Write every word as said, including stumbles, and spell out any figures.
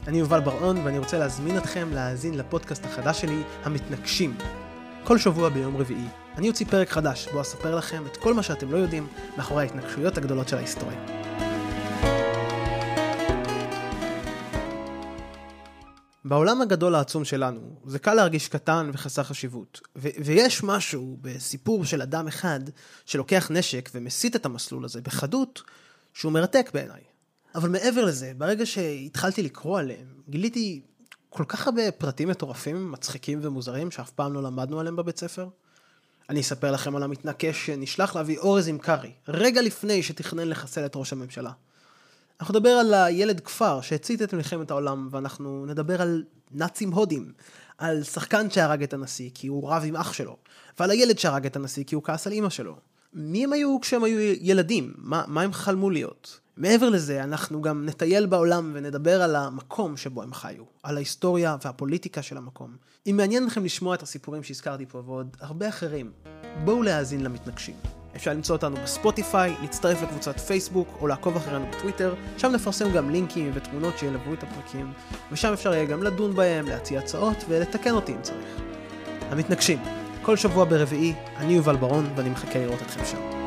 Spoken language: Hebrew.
אני יובל בר-און ואני רוצה להזמין אתכם להאזין לפודקאסט החדש שלי, המתנגשים. כל שבוע ביום רביעי אני אוציא פרק חדש בו אספר לכם את כל מה שאתם לא יודעים מאחורי ההתנגשויות הגדולות של ההיסטוריה. בעולם הגדול העצום שלנו, זה קל להרגיש קטן וחסר חשיבות. ו- ויש משהו בסיפור של אדם אחד שלוקח נשק ומסיט את המסלול הזה בחדות, שהוא מרתק בעיניי. אבל מעבר לזה, ברגע שהתחלתי לקרוא עליהם, גיליתי כל כך הרבה פרטים מטורפים, מצחיקים ומוזרים, שאף פעם לא למדנו עליהם בבית ספר. אני אספר לכם על המתנקש שנשלח להביא אורז עם קרי, רגע לפני שתכנן לחסל את ראש הממשלה. אנחנו נדבר על הילד כפר שהצית את מלחמת העולם, ואנחנו נדבר על נאצים הודים, על שחקן שהרג את הנשיא כי הוא רב עם אח שלו, ועל הילד שהרג את הנשיא כי הוא כעס על אמא שלו. מי הם היו כשהם היו ילדים? מה, מה הם חלמו להיות? מעבר לזה, אנחנו גם נטייל בעולם ונדבר על המקום שבו הם חיו, על ההיסטוריה והפוליטיקה של המקום. אם מעניין לכם לשמוע את הסיפורים שהזכרתי פה ועוד הרבה אחרים, בואו להאזין למתנגשים. אפשר למצוא אותנו בספוטיפיי, להצטרף לקבוצת פייסבוק או לעקוב אחרינו בטוויטר, שם נפרסם גם לינקים ותמונות שילוו את הפרקים, ושם אפשר יהיה גם לדון בהם, להציע הצעות ולתקן אותי אם צריך. המתנגשים, כל שבוע ברביעי, אני יובל בר-און ואני מחכה לראות אתכם שם.